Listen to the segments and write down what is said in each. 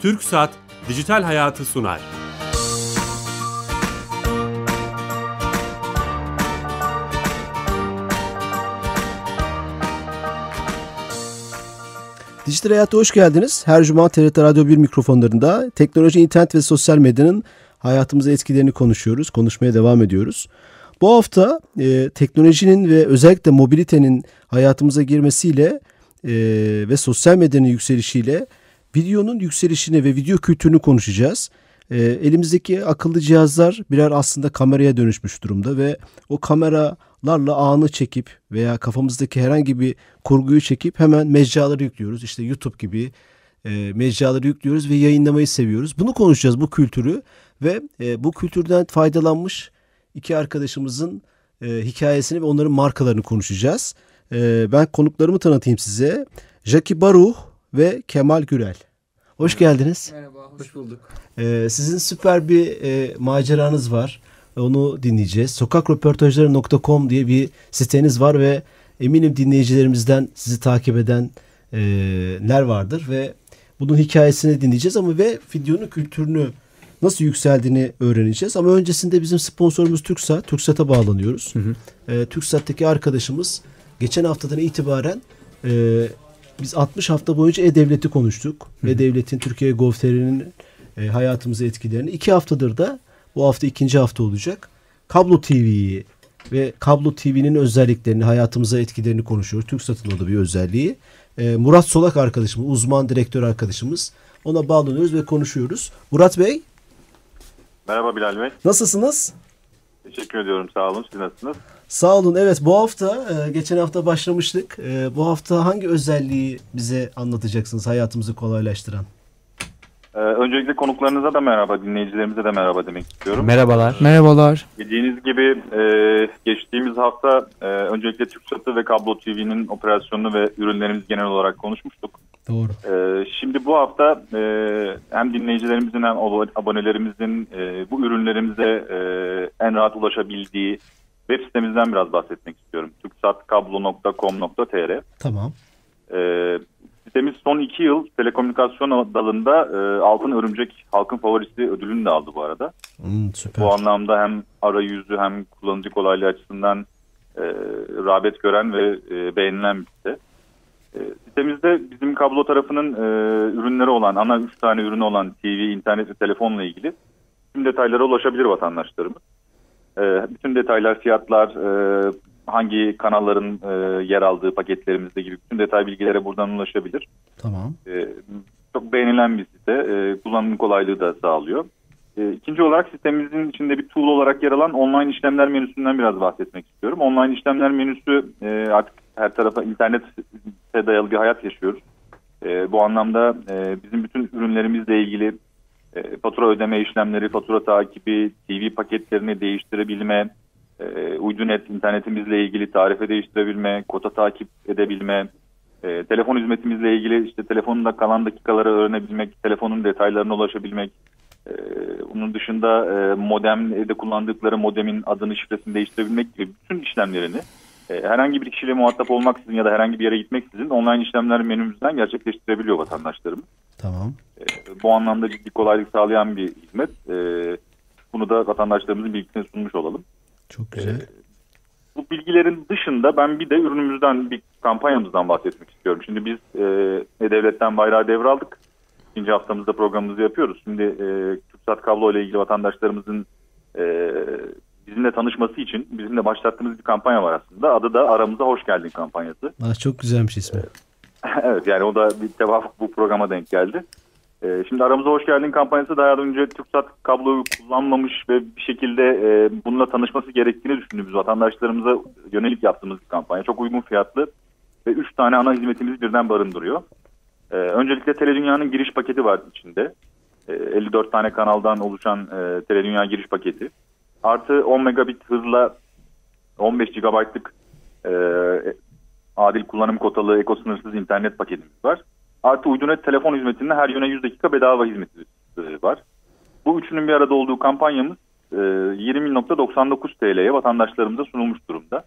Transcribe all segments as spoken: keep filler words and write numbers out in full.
TürkSat Dijital Hayatı sunar. Dijital Hayat'a hoş geldiniz. Her cuma T R T Radyo bir mikrofonlarında teknoloji, internet ve sosyal medyanın hayatımıza etkilerini konuşuyoruz. Konuşmaya devam ediyoruz. Bu hafta e, teknolojinin ve özellikle mobilitenin hayatımıza girmesiyle e, ve sosyal medyanın yükselişiyle videonun yükselişini ve video kültürünü konuşacağız. E, elimizdeki akıllı cihazlar birer aslında kameraya dönüşmüş durumda ve o kameralarla anı çekip veya kafamızdaki herhangi bir kurguyu çekip hemen mecraları yüklüyoruz. İşte YouTube gibi e, mecraları yüklüyoruz ve yayınlamayı seviyoruz. Bunu konuşacağız, bu kültürü ve e, bu kültürden faydalanmış iki arkadaşımızın e, hikayesini ve onların markalarını konuşacağız. E, ben konuklarımı tanıtayım size. Jackie Baruch ve Kemal Gürel. Hoş geldiniz. Merhaba, hoş bulduk. E, sizin süper bir e, maceranız var. Onu dinleyeceğiz. sokak röportajları nokta com diye bir siteniz var ve eminim dinleyicilerimizden sizi takip edenler vardır ve bunun hikayesini dinleyeceğiz ama ve videonun kültürünü nasıl yükseldiğini öğreneceğiz. Ama öncesinde bizim sponsorumuz TürkSat. TürkSat'a bağlanıyoruz. Hı hı. E, TürkSat'taki arkadaşımız geçen haftadan itibaren e, biz altmış hafta boyunca E-Devlet'i konuştuk. Hı hı. E-Devlet'in Türkiye Gov.tr'nin e, hayatımıza etkilerini. İki haftadır da bu hafta ikinci hafta olacak. Kablo T V'yi ve Kablo T V'nin özelliklerini, hayatımıza etkilerini konuşuyoruz. TürkSat'ın da bir özelliği. E, Murat Solak arkadaşımız, uzman direktör arkadaşımız. Ona bağlanıyoruz ve konuşuyoruz. Murat Bey. Merhaba Bilal Bey. Nasılsınız? Teşekkür ediyorum. Sağ olun. Siz nasılsınız? Sağ olun. Evet, bu hafta geçen hafta başlamıştık. Bu hafta hangi özelliği bize anlatacaksınız hayatımızı kolaylaştıran? Ee, öncelikle konuklarınıza da merhaba, dinleyicilerimize de merhaba demek istiyorum. Merhabalar. Merhabalar. Bildiğiniz gibi e, geçtiğimiz hafta e, öncelikle TürkSat'ı ve Kablo T V'nin operasyonunu ve ürünlerimizi genel olarak konuşmuştuk. Doğru. E, şimdi bu hafta e, hem dinleyicilerimizin hem abonelerimizin e, bu ürünlerimize e, en rahat ulaşabildiği web sitemizden biraz bahsetmek istiyorum. türksat kablo nokta com nokta tr. Tamam. E, Sitemiz son iki yıl telekomünikasyon dalında e, Altın Örümcek Halkın Favorisi ödülünü de aldı bu arada. Hmm, süper. Bu anlamda hem arayüzü hem kullanıcı kolaylığı açısından e, rağbet gören ve e, beğenilen bir site. E, sitemizde bizim kablo tarafının e, ürünleri olan, ana üç tane ürünü olan T V, internet ve telefonla ilgili tüm detaylara ulaşabilir vatandaşlarımız. E, bütün detaylar, fiyatlar, e, hangi kanalların e, yer aldığı paketlerimizde gibi bütün detay bilgilere buradan ulaşabilir. Tamam. E, çok beğenilen bir site. E, kullanım kolaylığı da sağlıyor. E, ikinci olarak sitemizin içinde bir tool olarak yer alan online işlemler menüsünden biraz bahsetmek istiyorum. Online işlemler menüsü e, artık her tarafa internete dayalı bir hayat yaşıyoruz. E, bu anlamda e, bizim bütün ürünlerimizle ilgili e, fatura ödeme işlemleri, fatura takibi, T V paketlerini değiştirebilme, E, uydunet internetimizle ilgili tarife değiştirebilme, kota takip edebilme, e, telefon hizmetimizle ilgili işte telefonunda kalan dakikaları öğrenebilmek, telefonun detaylarına ulaşabilmek, e, bunun dışında e, modemde kullandıkları modemin adını, şifresini değiştirebilmek gibi bütün işlemlerini e, herhangi bir kişiyle muhatap olmaksızın ya da herhangi bir yere gitmeksizin online işlemler menümüzden gerçekleştirebiliyor vatandaşlarımız. Tamam. E, bu anlamda ciddi kolaylık sağlayan bir hizmet. E, bunu da vatandaşlarımızın bilgisine sunmuş olalım. Çok güzel. Ee, bu bilgilerin dışında ben bir de ürünümüzden, bir kampanyamızdan bahsetmek istiyorum. Şimdi biz e, E-Devlet'ten bayrağı devraldık. İkinci haftamızda programımızı yapıyoruz. Şimdi e, TürkSat Kablo ile ilgili vatandaşlarımızın e, bizimle tanışması için bizimle başlattığımız bir kampanya var aslında. Adı da Aramıza Hoş Geldin kampanyası. Aa, çok güzelmiş ismi. Evet, yani o da bir tevafuk bu programa denk geldi. Şimdi Aramıza Hoş Geldin kampanyası daha önce TürkSat kabloyu kullanmamış ve bir şekilde e, bununla tanışması gerektiğini düşündüğümüz vatandaşlarımıza yönelik yaptığımız bir kampanya. Çok uygun fiyatlı ve üç tane ana hizmetimizi birden barındırıyor. E, öncelikle Teledünya'nın giriş paketi var içinde. E, elli dört tane kanaldan oluşan e, Teledünya giriş paketi. Artı on megabit hızla on beş gigabaytlık e, adil kullanım kotalı ekosınırsız internet paketimiz var. Artı uydunet telefon hizmetinde her yöne yüz dakika bedava hizmeti var. Bu üçünün bir arada olduğu kampanyamız yirmi nokta doksan dokuz T L'ye vatandaşlarımıza sunulmuş durumda.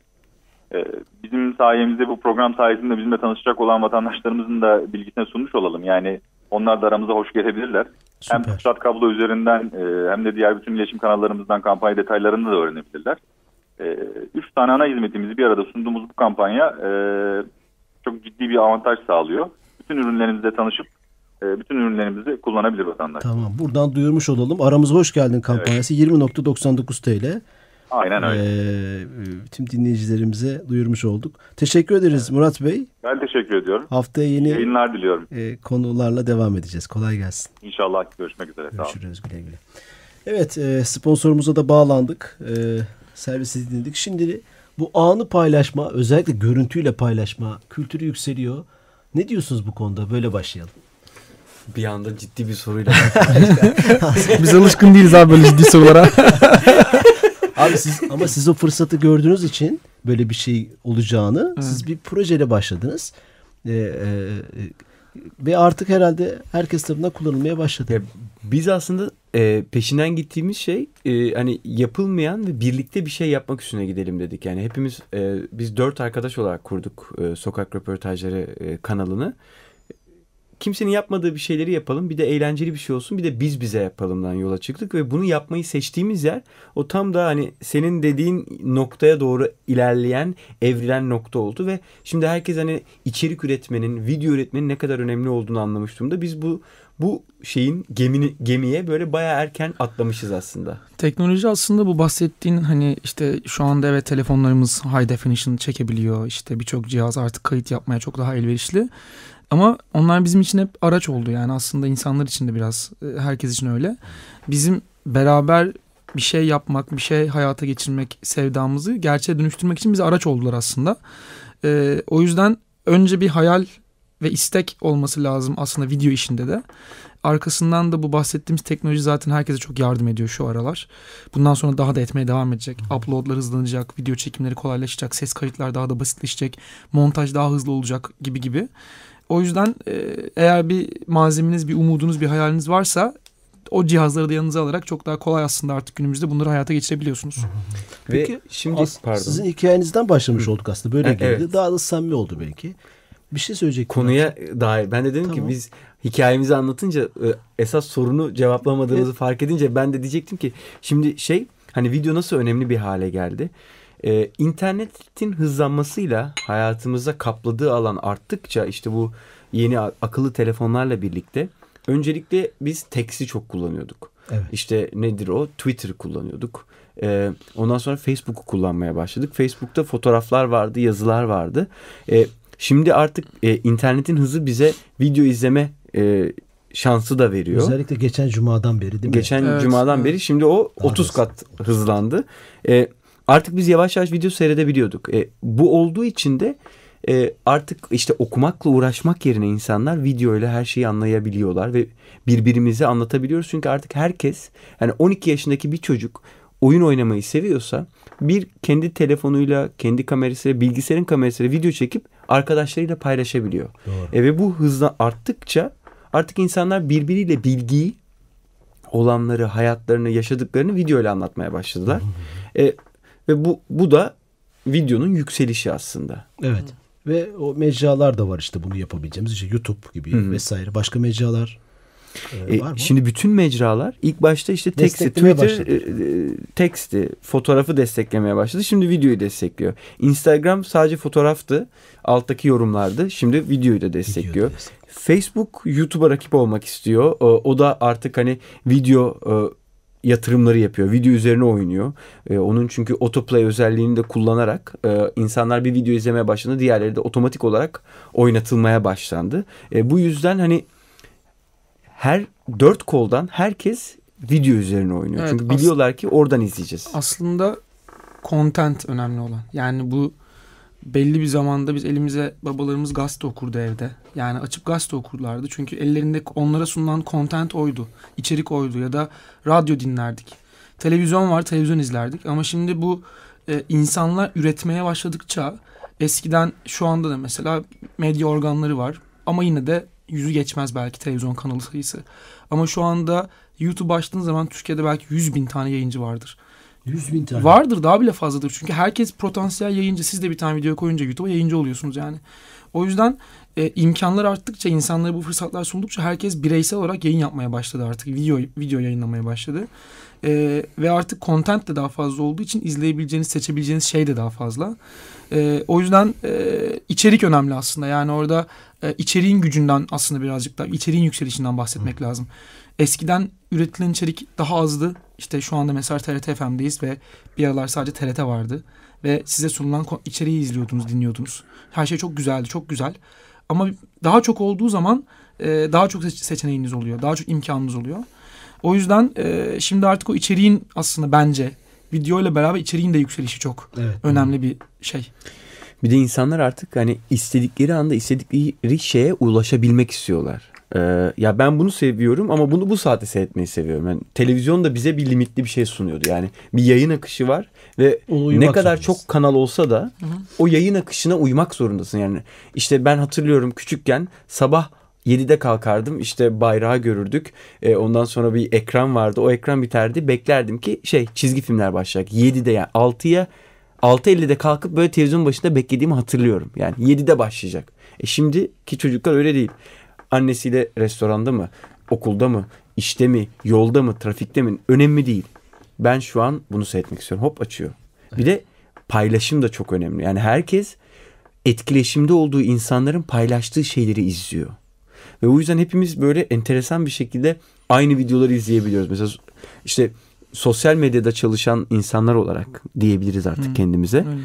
Bizim sayemizde, bu program sayesinde bizimle tanışacak olan vatandaşlarımızın da bilgisine sunmuş olalım. Yani onlar da aramıza hoş gelebilirler. Süper. Hem Pusat Kablo üzerinden e, hem de diğer bütün iletişim kanallarımızdan kampanya detaylarını da öğrenebilirler. E, üç tane ana hizmetimizi bir arada sunduğumuz bu kampanya e, çok ciddi bir avantaj sağlıyor. Bütün ürünlerimizle tanışıp e, bütün ürünlerimizi kullanabilir vatandaş. Tamam. Buradan duyurmuş olalım. Aramıza hoş geldin kampanyası evet. yirmi nokta doksan dokuz T L. Aynen öyle. Ee, tüm dinleyicilerimize duyurmuş olduk. Teşekkür ederiz evet. Murat Bey. Ben teşekkür ediyorum. Haftaya yeni yayınlar diliyorum. E, konularla devam edeceğiz. Kolay gelsin. İnşallah görüşmek üzere. Görüşürüz güle güle. Evet, e, sponsorumuza da bağlandık. E, servisi dinledik. Şimdi bu anı paylaşma, özellikle görüntüyle paylaşma kültürü yükseliyor. Ne diyorsunuz bu konuda? Böyle başlayalım. Bir anda ciddi bir soruyla. Biz alışkın değiliz abi böyle ciddi sorulara. Abi siz ama siz o fırsatı gördüğünüz için böyle bir şey olacağını evet. siz bir projeyle başladınız. Ee, e, ve artık herhalde herkes tarafından kullanılmaya başladı. Ya, biz aslında e, peşinden gittiğimiz şey e, hani yapılmayan ve birlikte bir şey yapmak üstüne gidelim dedik. Yani hepimiz e, biz dört arkadaş olarak kurduk e, Sokak Röportajları e, kanalını. Kimsenin yapmadığı bir şeyleri yapalım, bir de eğlenceli bir şey olsun, bir de biz bize yapalımdan yola çıktık ve bunu yapmayı seçtiğimiz yer o tam da hani senin dediğin noktaya doğru ilerleyen, evrilen nokta oldu ve şimdi herkes hani içerik üretmenin, video üretmenin ne kadar önemli olduğunu anlamış durumda. Biz bu bu şeyin gemini, gemiye böyle bayağı erken atlamışız aslında. Teknoloji aslında bu bahsettiğin hani işte şu anda evet telefonlarımız high definition çekebiliyor. İşte birçok cihaz artık kayıt yapmaya çok daha elverişli. Ama onlar bizim için hep araç oldu yani aslında insanlar için de biraz herkes için öyle. Bizim beraber bir şey yapmak, bir şey hayata geçirmek sevdamızı gerçeğe dönüştürmek için bize araç oldular aslında. Ee, o yüzden önce bir hayal ve istek olması lazım aslında video işinde de. Arkasından da bu bahsettiğimiz teknoloji zaten herkese çok yardım ediyor şu aralar. Bundan sonra daha da etmeye devam edecek. Uploadlar hızlanacak, video çekimleri kolaylaşacak, ses kayıtlar daha da basitleşecek, montaj daha hızlı olacak gibi gibi. O yüzden eğer bir malzemeniz, bir umudunuz, bir hayaliniz varsa o cihazları da yanınıza alarak çok daha kolay aslında artık günümüzde bunları hayata geçirebiliyorsunuz. Peki Ve şimdi as- pardon. Sizin hikayenizden başlamış olduk aslında. Böyle geldi. Evet. Daha da samimi oldu belki. Bir şey söyleyecek. Konuya dair. Ben de dedim tamam. ki biz hikayemizi anlatınca esas sorunu cevaplamadığımızı evet. fark edince ben de diyecektim ki şimdi şey hani video nasıl önemli bir hale geldi. Ee, internetin hızlanmasıyla hayatımıza kapladığı alan arttıkça işte bu yeni akıllı telefonlarla birlikte öncelikle biz teksti çok kullanıyorduk. Evet. İşte nedir o? Twitter kullanıyorduk. Ee, ondan sonra Facebook'u kullanmaya başladık. Facebook'ta fotoğraflar vardı, yazılar vardı. Ee, şimdi artık e, internetin hızı bize video izleme e, şansı da veriyor. Özellikle geçen cumadan beri değil mi? Geçen evet, cumadan evet. beri şimdi o Daha otuz hızlı. kat hızlandı. Ee, Artık biz yavaş yavaş video seyredebiliyorduk. E, bu olduğu için de e, artık işte okumakla uğraşmak yerine insanlar video ile her şeyi anlayabiliyorlar ve birbirimize anlatabiliyoruz. Çünkü artık herkes yani on iki yaşındaki bir çocuk oyun oynamayı seviyorsa bir kendi telefonuyla, kendi kamerasıyla, bilgisayarın kamerasıyla video çekip arkadaşlarıyla paylaşabiliyor. E, ve bu hızla arttıkça artık insanlar birbiriyle bilgiyi, olanları, hayatlarını, yaşadıklarını video ile anlatmaya başladılar. E, Ve bu bu da videonun yükselişi aslında. Evet. Ve o mecralar da var işte bunu yapabileceğimiz. İşte YouTube gibi Hı-hı. vesaire. Başka mecralar e, var mı? Şimdi bütün mecralar ilk başta işte teksti, Twitter e, teksti, fotoğrafı desteklemeye başladı. Şimdi videoyu destekliyor. Instagram sadece fotoğraftı. Alttaki yorumlardı. Şimdi videoyu da destekliyor. Video destek. Facebook YouTube'a rakip olmak istiyor. O, o da artık hani video yatırımları yapıyor. Video üzerine oynuyor. Ee, onun çünkü autoplay özelliğini de kullanarak e, insanlar bir video izlemeye başladı. Diğerleri de otomatik olarak oynatılmaya başlandı. E, bu yüzden hani her dört koldan herkes video üzerine oynuyor. Evet, çünkü biliyorlar as- ki oradan izleyeceğiz. Aslında content önemli olan. Yani bu belli bir zamanda biz elimize babalarımız gazete okurdu evde. Yani açıp gazete okurlardı. Çünkü ellerinde onlara sunulan content oydu. İçerik oydu ya da radyo dinlerdik. Televizyon var, televizyon izlerdik. Ama şimdi bu e, insanlar üretmeye başladıkça eskiden şu anda da mesela medya organları var. Ama yine de yüzü geçmez belki televizyon kanalı sayısı. Ama şu anda YouTube açtığın zaman Türkiye'de belki yüz bin tane yayıncı vardır. yüz bin tane. Vardır, daha bile fazladır. Çünkü herkes potansiyel yayıncı. Siz de bir tane video koyunca YouTube'a yayıncı oluyorsunuz yani. O yüzden e, imkanlar arttıkça, insanlara bu fırsatlar sundukça herkes bireysel olarak yayın yapmaya başladı artık. Video video yayınlamaya başladı. E, ve artık content de daha fazla olduğu için izleyebileceğiniz, seçebileceğiniz şey de daha fazla. E, o yüzden e, içerik önemli aslında. Yani orada e, içeriğin gücünden aslında birazcık daha, içeriğin yükselişinden bahsetmek Hı. lazım. Eskiden üretilen içerik daha azdı. İşte şu anda mesela T R T F M'deyiz ve bir aralar sadece T R T vardı. Ve size sunulan içeriği izliyordunuz, dinliyordunuz. Her şey çok güzeldi, çok güzel. Ama daha çok olduğu zaman e, daha çok seçeneğiniz oluyor. Daha çok imkanınız oluyor. O yüzden e, şimdi artık o içeriğin aslında bence video ile beraber içeriğin de yükselişi çok evet, önemli bir şey. Bir de insanlar artık hani istedikleri anda istedikleri şeye ulaşabilmek istiyorlar. Ee, ya ben bunu seviyorum ama bunu bu saatte seyretmeyi seviyorum. Yani televizyon da bize bir limitli bir şey sunuyordu. Yani bir yayın akışı var ve ne kadar zorundasın. Çok kanal olsa da Hı-hı. o yayın akışına uymak zorundasın. Yani işte ben hatırlıyorum küçükken sabah yedide kalkardım, işte bayrağı görürdük. Ee, ondan sonra bir ekran vardı. O ekran biterdi. Beklerdim ki şey çizgi filmler başlayacak. yedide yani altıya altı ellide kalkıp böyle televizyon başında beklediğimi hatırlıyorum. Yani yedide başlayacak. E şimdiki çocuklar öyle değil. Annesiyle restoranda mı, okulda mı, işte mi, yolda mı, trafikte mi önemli değil. Ben şu an bunu seyretmek istiyorum. Hop açıyor. Bir de paylaşım da çok önemli. Yani herkes etkileşimde olduğu insanların paylaştığı şeyleri izliyor. Ve o yüzden hepimiz böyle enteresan bir şekilde aynı videoları izleyebiliyoruz. Mesela işte sosyal medyada çalışan insanlar olarak diyebiliriz artık hmm. kendimize. Hmm.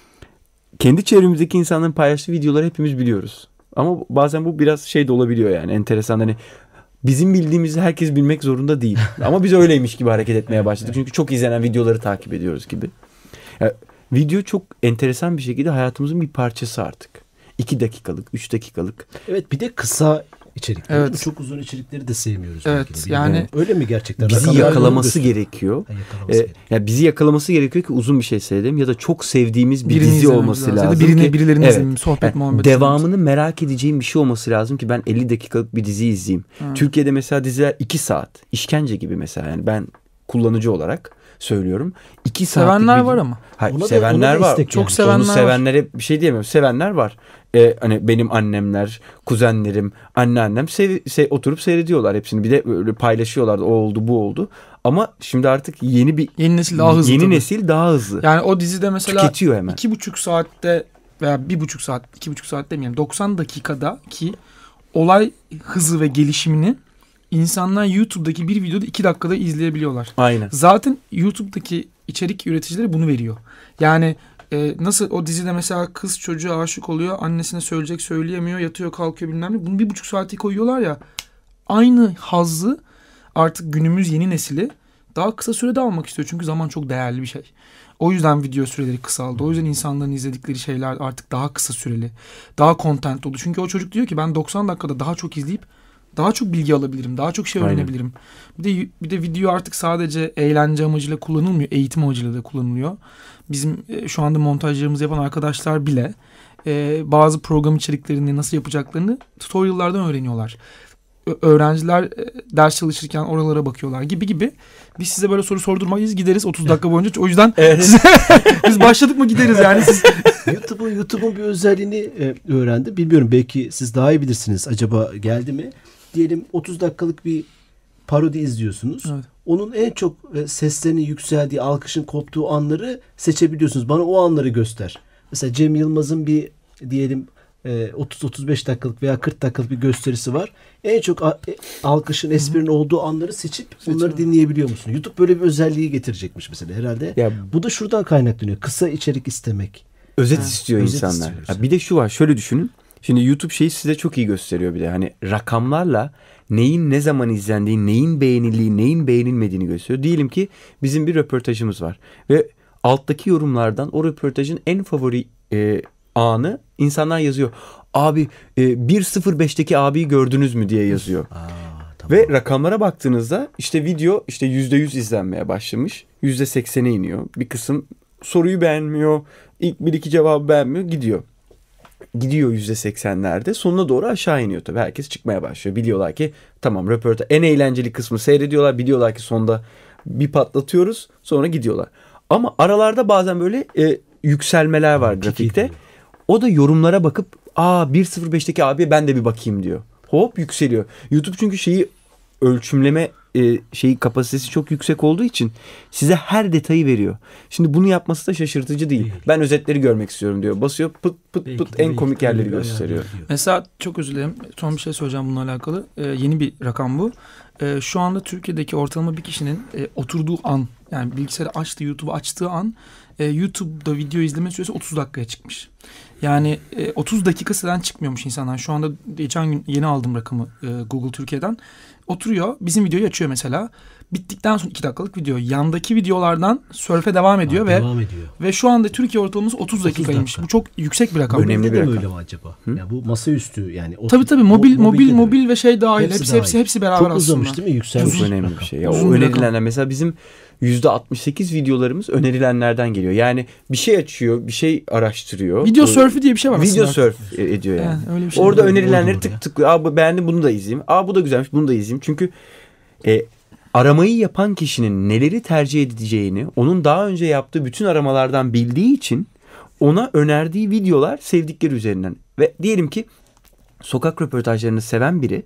Kendi çevremizdeki insanların paylaştığı videoları hepimiz biliyoruz. Ama bazen bu biraz şey de olabiliyor yani enteresan, hani bizim bildiğimizi herkes bilmek zorunda değil. Ama biz öyleymiş gibi hareket etmeye başladık. Çünkü çok izlenen videoları takip ediyoruz gibi. Yani video çok enteresan bir şekilde hayatımızın bir parçası artık. İki dakikalık, üç dakikalık. Evet, bir de kısa içerikler. Evet. Çok uzun içerikleri de sevmiyoruz. Evet, yani yani öyle mi gerçekten? Bizi Rakamlar yakalaması gerekiyor. Ha, yakalaması ee, yani bizi yakalaması gerekiyor ki uzun bir şey seyredelim ya da çok sevdiğimiz bir birini dizi olması lazım. Ya da birine, ki, birilerinin evet, sohbet yani muhabbet. Devamını olması. Merak edeceğim bir şey olması lazım ki ben elli dakikalık bir dizi izleyeyim. Ha. Türkiye'de mesela diziler iki saat. İşkence gibi mesela, yani ben kullanıcı olarak söylüyorum. iki sevenler var ama. Hayır, da, sevenler var. Çok yani. sevenler Onu sevenlere bir şey diyemiyorum. Sevenler var. Ee, hani benim annemler, kuzenlerim, anneannem sev, sev, oturup seyrediyorlar hepsini. Bir de böyle paylaşıyorlar. O oldu, bu oldu. Ama şimdi artık yeni bir yeni nesil daha hızlı. Yeni tabii. nesil daha hızlı. Yani o dizide mesela tüketiyor hemen. iki buçuk saatte veya bir buçuk saat, iki buçuk saat demeyelim, doksan dakikada ki olay hızı ve gelişimini İnsanlar YouTube'daki bir videoda iki dakikada izleyebiliyorlar. Aynen. Zaten YouTube'daki içerik üreticileri bunu veriyor. Yani e, nasıl o dizide mesela kız çocuğa aşık oluyor, annesine söyleyecek söyleyemiyor, yatıyor kalkıyor bilmem ne. Bunu bir buçuk saate koyuyorlar ya. Aynı hazzı artık günümüz yeni nesili daha kısa sürede almak istiyor. Çünkü zaman çok değerli bir şey. O yüzden video süreleri kısaldı. O yüzden insanların izledikleri şeyler artık daha kısa süreli. Daha content oldu. Çünkü o çocuk diyor ki ben doksan dakikada daha çok izleyip daha çok bilgi alabilirim, daha çok şey öğrenebilirim. Bir de bir de video artık sadece eğlence amacıyla kullanılmıyor, eğitim amacıyla da kullanılıyor. Bizim e, şu anda montajlarımızı yapan arkadaşlar bile e, bazı program içeriklerini nasıl yapacaklarını tutorial'lardan öğreniyorlar. Ö- öğrenciler e, ders çalışırken oralara bakıyorlar gibi gibi. Biz size böyle soru sordurmayız, gideriz otuz dakika boyunca. O yüzden size, biz başladık mı gideriz yani. Siz... YouTube'un YouTube'un bir özelliğini e, öğrendi. Bilmiyorum, belki siz daha iyi bilirsiniz. Acaba geldi mi? Diyelim otuz dakikalık bir parodi izliyorsunuz. Evet. Onun en çok seslerinin yükseldiği, alkışın koptuğu anları seçebiliyorsunuz. Bana o anları göster. Mesela Cem Yılmaz'ın bir diyelim otuz otuz beş dakikalık veya kırk dakikalık bir gösterisi var. En çok alkışın, esprinin olduğu anları seçip onları dinleyebiliyor musun? YouTube böyle bir özelliği getirecekmiş mesela herhalde. Ya, bu da şuradan kaynaklanıyor. Kısa içerik istemek. Özet ha, istiyor özet insanlar. Ya, bir de şu var, şöyle düşünün. Şimdi YouTube şeyi size çok iyi gösteriyor bir de. Hani rakamlarla neyin ne zaman izlendiği, neyin beğenildiği, neyin beğenilmediğini gösteriyor. Diyelim ki bizim bir röportajımız var. Ve alttaki yorumlardan o röportajın en favori e, anı insanlar yazıyor. Abi e, bir sıfır beşteki abiyi gördünüz mü diye yazıyor. Aa, tamam. Ve rakamlara baktığınızda işte video işte yüzde yüz izlenmeye başlamış. yüzde seksene iniyor. Bir kısım soruyu beğenmiyor. İlk bir iki cevabı beğenmiyor, gidiyor. Gidiyor yüzde seksenlerde. Sonuna doğru aşağı iniyor tabii. Herkes çıkmaya başlıyor. Biliyorlar ki tamam, röportaj en eğlenceli kısmı seyrediyorlar. Biliyorlar ki sonda bir patlatıyoruz. Sonra gidiyorlar. Ama aralarda bazen böyle e, yükselmeler var grafikte. O da yorumlara bakıp aa bir sıfır beşteki abiye ben de bir bakayım diyor. Hop yükseliyor. YouTube çünkü şeyi ölçümleme e, şeyi kapasitesi çok yüksek olduğu için size her detayı veriyor. Şimdi bunu yapması da şaşırtıcı değil. değil. Ben özetleri görmek istiyorum diyor. Basıyor pıt pıt belki pıt en komik yerleri gösteriyor. Mesela çok özür dilerim. Son bir şey söyleyeceğim bununla alakalı. Ee, yeni bir rakam bu. Ee, şu anda Türkiye'deki ortalama bir kişinin e, oturduğu an, yani bilgisayarı açtığı, YouTube'u açtığı an e, YouTube'da video izleme süresi otuz dakikaya çıkmış. Yani e, otuz dakikasından çıkmıyormuş insanlar. Şu anda geçen gün yeni aldım rakamı e, Google Türkiye'den. Oturuyor, bizim videoyu açıyor mesela. Bittikten sonra iki dakikalık video. Yandaki videolardan sörfe devam ediyor ha, ve devam ediyor. Ve şu anda Türkiye ortalaması otuz dakikaymış. Dakika. Bu çok yüksek bir rakam. Önemli bir rakam. Öyle mi acaba? Hı? Ya bu masaüstü yani. O, tabii tabii mobil mobil mobil ve şey dahil. Hepsi hepsi, hepsi, hepsi beraber çok aslında. Çok uzamış değil mi? Yükselmiş. Çok önemli bir şey. Ya, o önerilenler mesela bizim yüzde altmış sekiz videolarımız önerilenlerden geliyor. Yani bir şey açıyor, bir şey araştırıyor. Video surfü diye bir şey var aslında. Video surf ediyor yani. yani öyle bir şey Orada var. önerilenleri tık tıklıyor. Aa beğendim bunu da izleyeyim. Aa bu da güzelmiş bunu da izleyeyim. Çünkü e, aramayı yapan kişinin neleri tercih edeceğini onun daha önce yaptığı bütün aramalardan bildiği için ona önerdiği videolar sevdikleri üzerinden. Ve diyelim ki sokak röportajlarını seven biri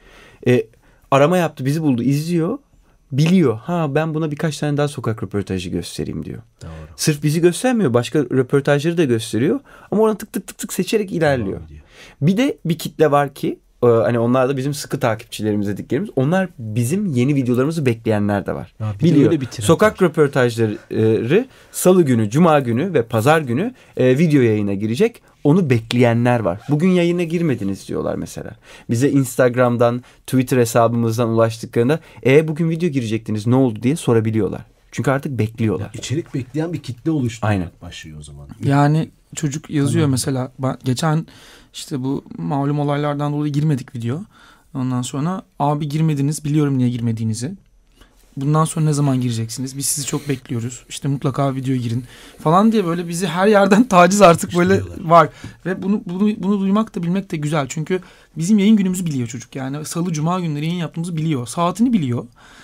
e, arama yaptı, bizi buldu, izliyor. Biliyor. Ha ben buna birkaç tane daha sokak röportajı göstereyim diyor. Doğru. Sırf bizi göstermiyor. Başka röportajları da gösteriyor. Ama oradan tık tık tık tık seçerek ilerliyor. Bir de bir kitle var ki hani onlar da bizim sıkı takipçilerimiz dediklerimiz. Onlar bizim yeni videolarımızı bekleyenler de var. Ha, biliyor. Sokak var. Röportajları salı günü, cuma günü ve pazar günü e, video yayına girecek. Onu bekleyenler var. Bugün yayına girmediniz diyorlar mesela. Bize Instagram'dan, Twitter hesabımızdan ulaştıklarında e bugün video girecektiniz ne oldu diye sorabiliyorlar. Çünkü artık bekliyorlar. Ya, içerik bekleyen bir kitle oluştu. Aynen. Başlıyor o zaman. Yani çocuk yazıyor tamam. Mesela. Ben geçen işte bu malum olaylardan dolayı girmedik video. Ondan sonra abi girmediniz, biliyorum niye girmediğinizi. Bundan sonra ne zaman gireceksiniz? Biz sizi çok bekliyoruz. İşte mutlaka videoya girin falan diye böyle bizi her yerden taciz artık böyle var. Ve bunu bunu bunu duymak da bilmek de güzel. Çünkü bizim yayın günümüzü biliyor çocuk. Yani salı cuma günleri yayın yaptığımızı biliyor. Saatini biliyor.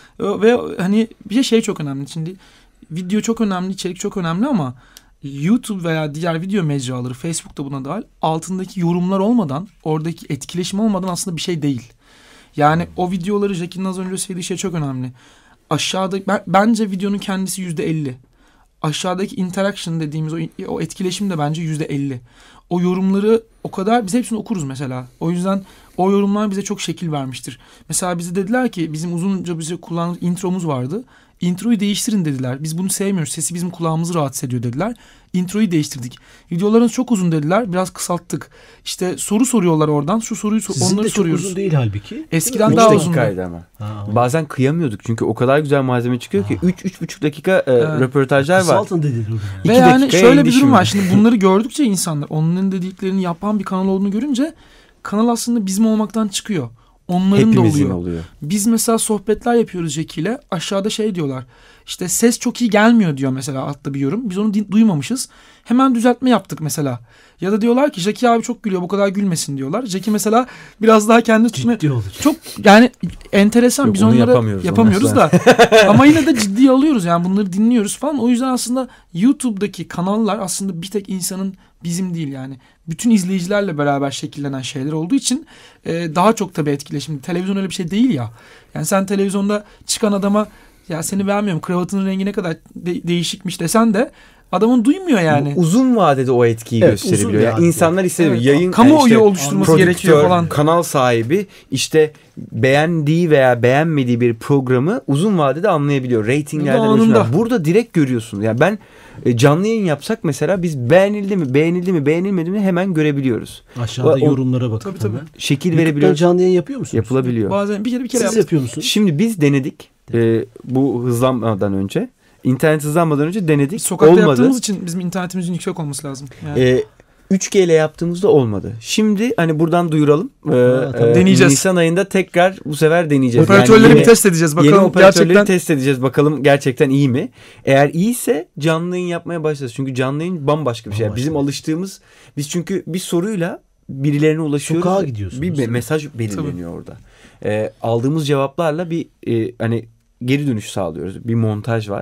Ve hani bir de şey çok önemli. Şimdi video çok önemli, içerik çok önemli ama YouTube veya diğer video mecraları, Facebook'ta buna dahil, altındaki yorumlar olmadan, oradaki etkileşim olmadan aslında bir şey değil. Yani o videoları Jackie'nin az önce söylediği şey çok önemli. Aşağıda ben, bence videonun kendisi yüzde elli. Aşağıdaki interaction dediğimiz o, o etkileşim de bence yüzde elli. O yorumları o kadar biz hepsini okuruz mesela. O yüzden o yorumlar bize çok şekil vermiştir. Mesela bize dediler ki bizim uzunca bize kullandığımız intromuz vardı. Introyu değiştirin dediler. Biz bunu sevmiyoruz. Sesi bizim kulağımızı rahatsız ediyor dediler. Introyu değiştirdik. Videolarınız çok uzun dediler. Biraz kısalttık. İşte soru soruyorlar oradan. Şu soruyu sor- Sizin onları de çok soruyoruz. uzun değil halbuki. Eskiden daha uzundu. Ama. Ha, bazen kıyamıyorduk. Çünkü o kadar güzel malzeme çıkıyor ki üç üç buçuk dakika e, evet. röportajlar var. Kısaltın dediler. Ve yani şöyle bir durum var. Şimdi bunları gördükçe insanlar onların dediklerini yapan bir kanal olduğunu görünce kanal aslında bizim olmaktan çıkıyor. Onların hepimizin da oluyor. oluyor. Biz mesela sohbetler yapıyoruz Jackie ile. Aşağıda şey diyorlar. İşte ses çok iyi gelmiyor diyor mesela altta bir yorum. Biz onu duymamışız. Hemen düzeltme yaptık mesela. Ya da diyorlar ki Jackie abi çok gülüyor, bu kadar gülmesin diyorlar. Jackie mesela biraz daha kendi tutma. Ciddi olacak. Çok yani enteresan. Yok, biz onları yapamıyoruz, yapamıyoruz da. Ama yine de ciddiye alıyoruz yani bunları dinliyoruz falan. O yüzden aslında YouTube'daki kanallar aslında bir tek insanın bizim değil yani. Bütün izleyicilerle beraber şekillenen şeyler olduğu için e, daha çok tabii etkileşim. Televizyon öyle bir şey değil ya. Yani sen televizyonda çıkan adama ya seni beğenmiyorum, kravatının rengi ne kadar de- değişikmiş desen de adamın duymuyor yani. Uzun vadede o etkiyi evet, gösterebiliyor. Yani insanlar istemiyor. Evet, yayın kamuoyu işte, oluşturması gerekiyor falan. Kanal sahibi işte beğendiği veya beğenmediği bir programı uzun vadede anlayabiliyor. Ratinglerden oluşuyor. Burada direkt görüyorsun. Yani ben canlı yayın yapsak mesela biz beğenildi mi, beğenildi mi, beğenilmedi mi hemen görebiliyoruz. Aşağıda o, yorumlara bakıp tabii, tabii. şekil YouTube'dan verebiliyoruz. Canlı yayın yapıyor musunuz? Yapılabiliyor. Bazen bir kere bir kere Siz yaptık. yapıyor musunuz? Şimdi biz denedik. Ee, bu hızlanmadan önce. İnternet hızlanmadan önce denedik. Biz sokakta olmadı. yaptığımız için bizim internetimizin yüksek olması lazım. Yani. Ee, üç G ile yaptığımızda olmadı. Şimdi hani buradan duyuralım. Ee, ha, e, deneyeceğiz. Nisan ayında tekrar bu sefer deneyeceğiz. Operatörleri yani bir test edeceğiz. Bakalım yeni operatörleri gerçekten test edeceğiz. Bakalım gerçekten iyi mi? Eğer iyiyse canlı yayın yapmaya başlayacağız. Çünkü canlı yayın bambaşka bir şey. Bambaşka. Bizim alıştığımız biz çünkü bir soruyla birilerine ulaşıyoruz. Sokağa gidiyorsunuz. Bir mesaj belirleniyor Tabii. orada. Ee, aldığımız cevaplarla bir e, hani geri dönüş sağlıyoruz. Bir montaj var.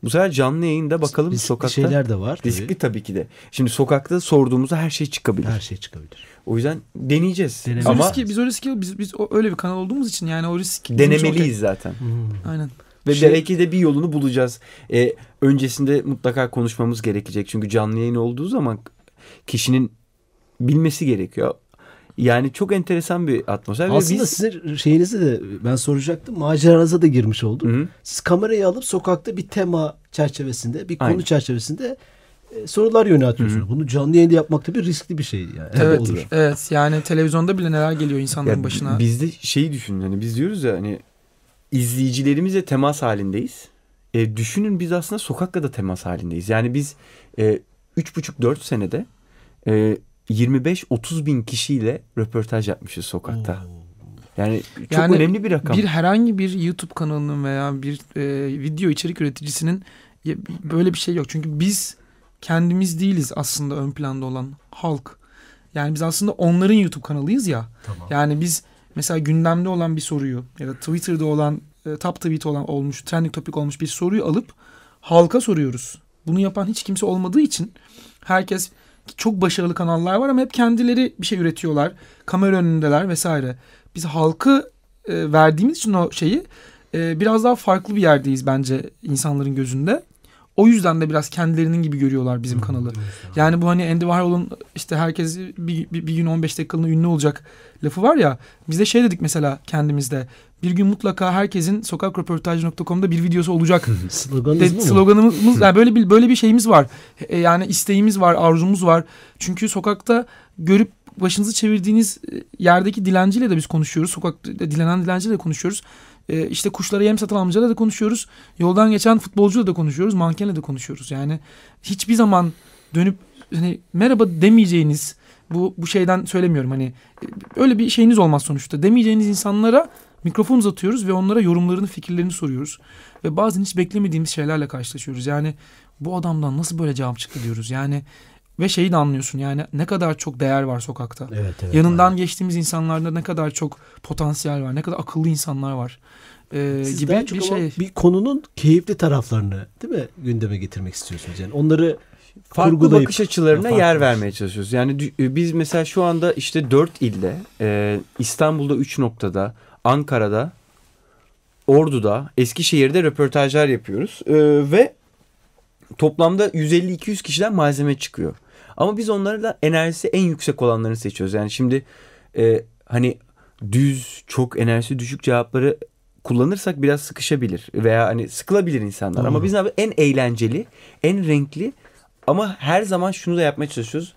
Bu sefer canlı yayında bakalım Riskli sokakta. şeyler de var. Riskli Tabii. tabii ki de. Şimdi sokakta sorduğumuzda her şey çıkabilir. Her şey çıkabilir. O yüzden deneyeceğiz. Deneme- Biz, Ama o riski, biz o riski biz, biz o, öyle bir kanal olduğumuz için yani o risk bizim için denemeliyiz zaten. Hmm. Aynen. Ve Şey- belki de bir yolunu bulacağız. Ee, öncesinde mutlaka konuşmamız gerekecek. Çünkü canlı yayın olduğu zaman kişinin bilmesi gerekiyor. Yani çok enteresan bir atmosfer. Ve Aslında biz... sizin şeyinizi de ben soracaktım. Maceranıza da girmiş oldum. Hı-hı. Siz kamerayı alıp sokakta bir tema çerçevesinde, bir konu Aynen. çerçevesinde e, sorular yöneltiyorsunuz. Hı-hı. Bunu canlı yayında yapmak da bir riskli bir şey yani. Evet, Olur. evet. Yani televizyonda bile neler geliyor insanların Ya başına. Biz de şeyi düşünün. Hani biz diyoruz ya hani izleyicilerimizle temas halindeyiz. E, düşünün biz aslında sokakla da temas halindeyiz. Yani biz e, üç buçuk dört senede e, yirmi beş otuz bin kişiyle röportaj yapmışız sokakta. Yani çok Yani önemli bir rakam. Bir herhangi bir YouTube kanalının veya bir e, video içerik üreticisinin ya, böyle bir şey yok. Çünkü biz kendimiz değiliz aslında ön planda olan halk. Yani biz aslında onların YouTube kanalıyız ya. Tamam. Yani biz mesela gündemde olan bir soruyu ya da Twitter'da olan e, top tweet olan olmuş, trending topic olmuş bir soruyu alıp halka soruyoruz. Bunu yapan hiç kimse olmadığı için herkes çok başarılı kanallar var ama hep kendileri bir şey üretiyorlar. Kamera önündeler vesaire. Biz halkı e, verdiğimiz için o şeyi e, biraz daha farklı bir yerdeyiz bence insanların gözünde. O yüzden de biraz kendilerinin gibi görüyorlar bizim kanalı. Yani bu hani Andy Warhol'un işte herkes bir, bir, bir gün on beş dakikalığına ünlü olacak lafı var ya. Biz de şey dedik mesela kendimizde. Bir gün mutlaka herkesin sokak röportajı nokta com'da bir videosu olacak. Sloganınız De, mı? sloganımız yani böyle bir böyle bir şeyimiz var. E, yani isteğimiz var, arzumuz var. Çünkü sokakta görüp başınızı çevirdiğiniz yerdeki dilenciyle de biz konuşuyoruz. Sokakta dilenen dilenciyle de konuşuyoruz. E, işte kuşlara yem satan amcayla da konuşuyoruz. Yoldan geçen futbolcuyla da konuşuyoruz. Mankenle de konuşuyoruz. Yani hiçbir zaman dönüp hani merhaba demeyeceğiniz, bu bu şeyden söylemiyorum, hani öyle bir şeyiniz olmaz sonuçta. Demeyeceğiniz insanlara mikrofon uzatıyoruz ve onlara yorumlarını, fikirlerini soruyoruz. Ve bazen hiç beklemediğimiz şeylerle karşılaşıyoruz. Yani bu adamdan nasıl böyle cevap çıktı diyoruz. Yani ve şeyi de anlıyorsun, yani ne kadar çok değer var sokakta. Evet, evet, Yanından aynen. geçtiğimiz insanlarda ne kadar çok potansiyel var, ne kadar akıllı insanlar var. Ee, Siz gibi daha çok bir ama şey. bir konunun keyifli taraflarını değil mi gündeme getirmek istiyorsunuz yani. Onları Farklı kurgulayıp bakış açılarına farklı yer bakış. vermeye çalışıyoruz. Yani dü- biz mesela şu anda işte dört ilde, e, İstanbul'da üç noktada, Ankara'da, Ordu'da, Eskişehir'de röportajlar yapıyoruz. E, ve toplamda yüz elli iki yüz kişiden malzeme çıkıyor. Ama biz onlarla enerjisi en yüksek olanlarını seçiyoruz. Yani şimdi e, hani düz, çok enerjisi düşük cevapları kullanırsak biraz sıkışabilir veya hani sıkılabilir insanlar. Doğru. Ama biz abi en eğlenceli, en renkli ama her zaman şunu da yapmaya çalışıyoruz.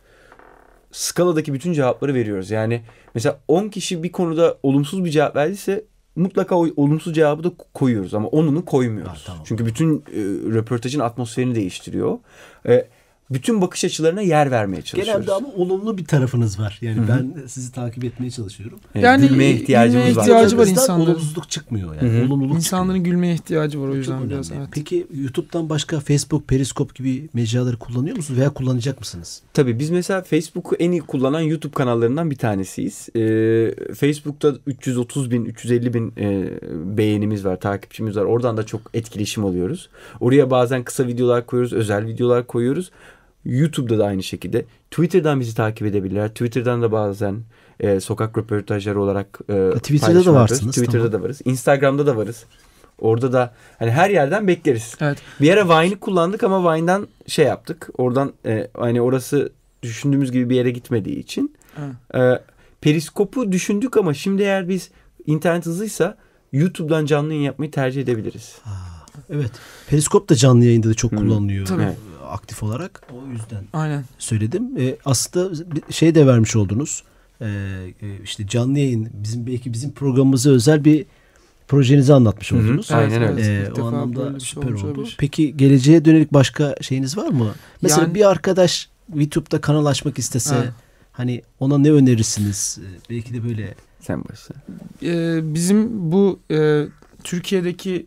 Skaladaki bütün cevapları veriyoruz. Yani mesela on kişi bir konuda olumsuz bir cevap verdiyse mutlaka o olumsuz cevabı da koyuyoruz ama onunu koymuyoruz. Ha, tamam. Çünkü bütün e, röportajın atmosferini değiştiriyor. E, bütün bakış açılarına yer vermeye çalışıyoruz. genelde ama olumlu bir tarafınız var. Yani Hı-hı. ben sizi takip etmeye çalışıyorum. E, Yani gülmeye ihtiyacımız gülmeye var. ihtiyacı var Bizden insanların. olumsuzluk çıkmıyor yani. Hı hı. Olumluluk İnsanların çıkıyor. gülmeye ihtiyacı var o Bu çok yüzden önemli. biraz. Evet. Peki YouTube'dan başka Facebook, Periscope gibi mecraları kullanıyor musunuz veya kullanacak mısınız? Tabii biz mesela Facebook'u en iyi kullanan YouTube kanallarından bir tanesiyiz. Ee, Facebook'ta üç yüz otuz bin, üç yüz elli bin e, beğenimiz var, takipçimiz var. Oradan da çok etkileşim alıyoruz. Oraya bazen kısa videolar koyuyoruz, özel videolar koyuyoruz. YouTube'da da aynı şekilde. Twitter'dan bizi takip edebilirler. Twitter'dan da bazen e, sokak röportajları olarak e, Twitter'da da paylaşım varsınız, yapıyoruz. Twitter'da tamam. da varız. Instagram'da da varız. Orada da hani her yerden bekleriz. Evet. Bir ara Vine'i kullandık ama Vine'dan şey yaptık. Oradan e, hani orası düşündüğümüz gibi bir yere gitmediği için. Evet. E, Periskop'u düşündük ama şimdi eğer biz internet hızlıysa YouTube'dan canlı yayın yapmayı tercih edebiliriz. Evet. Periskop da canlı yayında da çok Hmm. kullanılıyor. Tabii. e, Aktif olarak. O yüzden Aynen. söyledim. E, aslında bir şey de vermiş oldunuz. E, e, işte canlı yayın bizim belki bizim programımıza özel bir projenizi anlatmış Hı hı. oldunuz. Aynen Evet, öyle. evet. Ee, İlk o defa anlamda böyle bir şey süper olmuş oldu. olabilir. Peki geleceğe dönelik başka şeyiniz var mı? Mesela Yani- bir arkadaş YouTube'da kanal açmak istese Ha. hani ona ne önerirsiniz? Ee, Belki de böyle Sen başla. Ee, bizim bu e, Türkiye'deki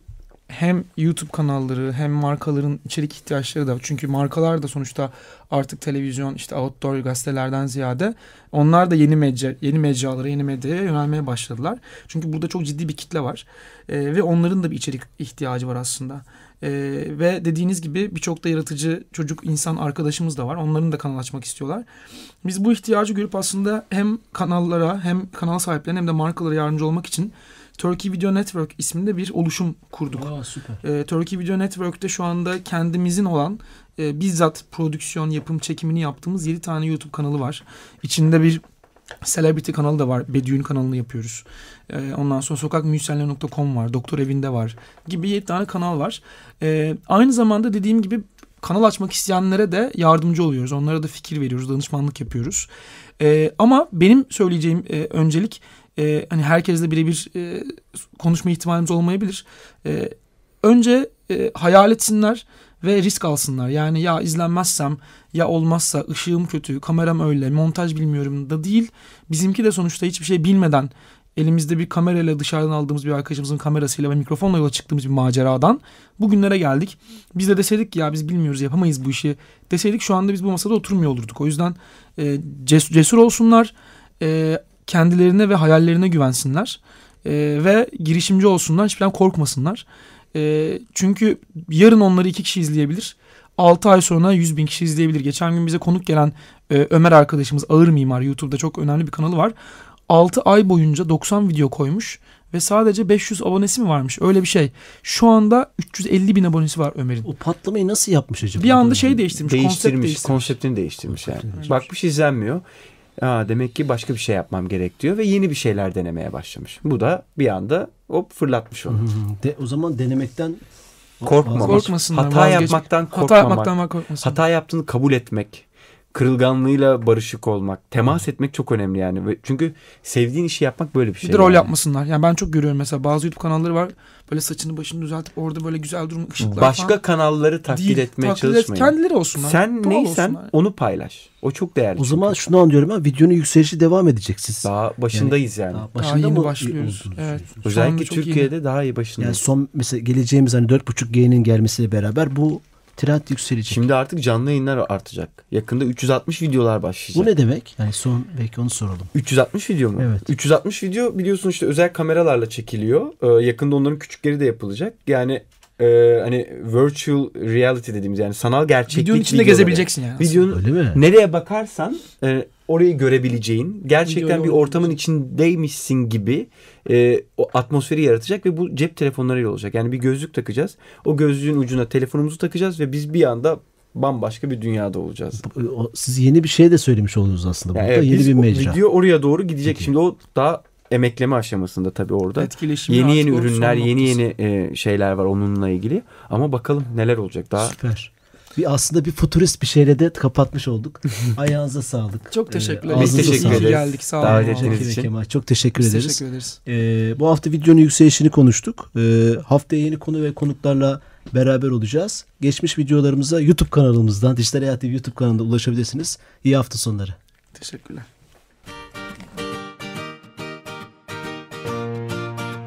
hem YouTube kanalları hem markaların içerik ihtiyaçları da, çünkü markalar da sonuçta artık televizyon, işte outdoor gazetelerden ziyade onlar da yeni medya, yeni mecralara, yeni medyaya yönelmeye başladılar. Çünkü burada çok ciddi bir kitle var ee, ve onların da bir içerik ihtiyacı var aslında. Ee, ve dediğiniz gibi birçok da yaratıcı çocuk, insan arkadaşımız da var. Onların da kanal açmak istiyorlar. Biz bu ihtiyacı görüp aslında hem kanallara hem kanal sahiplerine hem de markalara yardımcı olmak için Turkey Video Network isminde bir oluşum kurduk. Aa, süper. Ee, Turkey Video Network'te şu anda kendimizin olan e, bizzat prodüksiyon, yapım, çekimini yaptığımız yedi tane YouTube kanalı var. İçinde bir Celebrity kanalı da var. Bedüğün kanalını yapıyoruz. Ee, ondan sonra sokak müzisyenleri nokta com var. Doktor Evi'nde var. Gibi yedi tane kanal var. Ee, aynı zamanda dediğim gibi kanal açmak isteyenlere de yardımcı oluyoruz. Onlara da fikir veriyoruz. Danışmanlık yapıyoruz. Ee, ama benim söyleyeceğim e, öncelik e, hani herkesle birebir e, konuşma ihtimalimiz olmayabilir. E, önce e, hayal etsinler ve risk alsınlar. Yani ya izlenmezsem, ya olmazsa, ışığım kötü, kameram öyle, montaj bilmiyorum da değil. Bizimki de sonuçta hiçbir şey bilmeden elimizde bir kamerayla, dışarıdan aldığımız bir arkadaşımızın kamerasıyla ve mikrofonla yola çıktığımız bir maceradan bugünlere geldik. Biz de deseydik ki ya biz bilmiyoruz, yapamayız bu işi deseydik şu anda biz bu masada oturmuyor olurduk. O yüzden e, cesur, cesur olsunlar, e, kendilerine ve hayallerine güvensinler e, ve girişimci olsunlar, hiçbir şeyden korkmasınlar. E, çünkü yarın onları iki kişi izleyebilir. altı ay sonra yüz bin kişi izleyebilir. Geçen gün bize konuk gelen e, Ömer arkadaşımız, Ağır Mimar, YouTube'da çok önemli bir kanalı var. altı ay boyunca doksan video koymuş ve sadece beş yüz abonesi mi varmış? Öyle bir şey. Şu anda üç yüz elli bin abonesi var Ömer'in. O patlamayı nasıl yapmış acaba? Bir anda şey değiştirmiş, konsept Değiştirmiş, değiştirmiş. konseptini değiştirmiş yani. Konseptini Bakmış izlenmiyor. Aa, demek ki başka bir şey yapmam gerek diyor ve yeni bir şeyler denemeye başlamış. Bu da bir anda hop fırlatmış onu. De, o zaman denemekten Korkmamak. Korkmasınlar, Hata vazgeç- yapmaktan korkmamak. Hata yapmaktan korkmasın. Hata yaptığını kabul etmek. Kırılganlığıyla barışık olmak. Temas etmek çok önemli yani. Ve çünkü sevdiğin işi yapmak böyle bir şey. Bir de rol yani. yapmasınlar. Yani ben çok görüyorum mesela bazı YouTube kanalları var. Böyle saçını başını düzeltip orada böyle güzel durum, ışıklar Başka falan. kanalları taklit Değil, etmeye taklit et- çalışmayın. Kendileri olsunlar. Sen doğal neysen olsunlar. onu paylaş. O çok değerli. o zaman çünkü. şunu anlıyorum ben, videonun yükselişi devam edecek siz. Daha başındayız yani. Daha Daha başında yeni mı başlıyoruz. olduğunu Evet. düşünüyorsunuz? Şu Özellikle anda çok Türkiye'de yeni. daha iyi başındayız. Yani son mesela geleceğimiz hani dört buçuk G'nin gelmesiyle beraber bu trend yükselecek. Şimdi artık canlı yayınlar artacak. Yakında üç yüz altmış videolar başlayacak. Bu ne demek? Yani son belki onu soralım. üç yüz altmış video mu? Evet. üç yüz altmış video biliyorsun işte özel kameralarla çekiliyor. Ee, yakında onların küçükleri de yapılacak. Yani e, hani virtual reality dediğimiz yani sanal gerçeklik Videonun içinde videoları. gezebileceksin yani. Videonun Öyle mi? nereye bakarsan e, orayı görebileceğin, gerçekten Videoyu bir ortamın içindeymişsin gibi e, o atmosferi yaratacak ve bu cep telefonlarıyla olacak. Yani bir gözlük takacağız. O gözlüğün ucuna telefonumuzu takacağız ve biz bir anda bambaşka bir dünyada olacağız. O- Siz yeni bir şey de söylemiş oldunuz aslında Yani burada. evet, Yeni biz bir o mecra. video oraya doğru gidecek. Peki. Şimdi o daha emekleme aşamasında tabii orada. Etkileşimi Yeni artık yeni o son ürünler, yeni noktası. yeni e, şeyler var onunla ilgili. Ama bakalım neler olacak daha. Süper. Bir aslında bir futurist bir şeyle de kapatmış olduk. Ayağınıza sağlık. Çok teşekkürler. Ee, Biz ağzınıza teşekkür sağlık. ederiz. Geldik. Sağ olun. Davet Vallahi. ettiğiniz Zeki ve için. Kemal, çok teşekkür Biz ederiz. teşekkür ederiz. Ee, bu hafta videonun yükselişini konuştuk. Ee, haftaya yeni konu ve konuklarla beraber olacağız. Geçmiş videolarımıza YouTube kanalımızdan, Dijital Hayat T V YouTube kanalında ulaşabilirsiniz. İyi hafta sonları. Teşekkürler.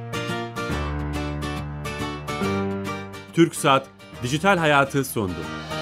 TürkSat Dijital Hayatı sundu.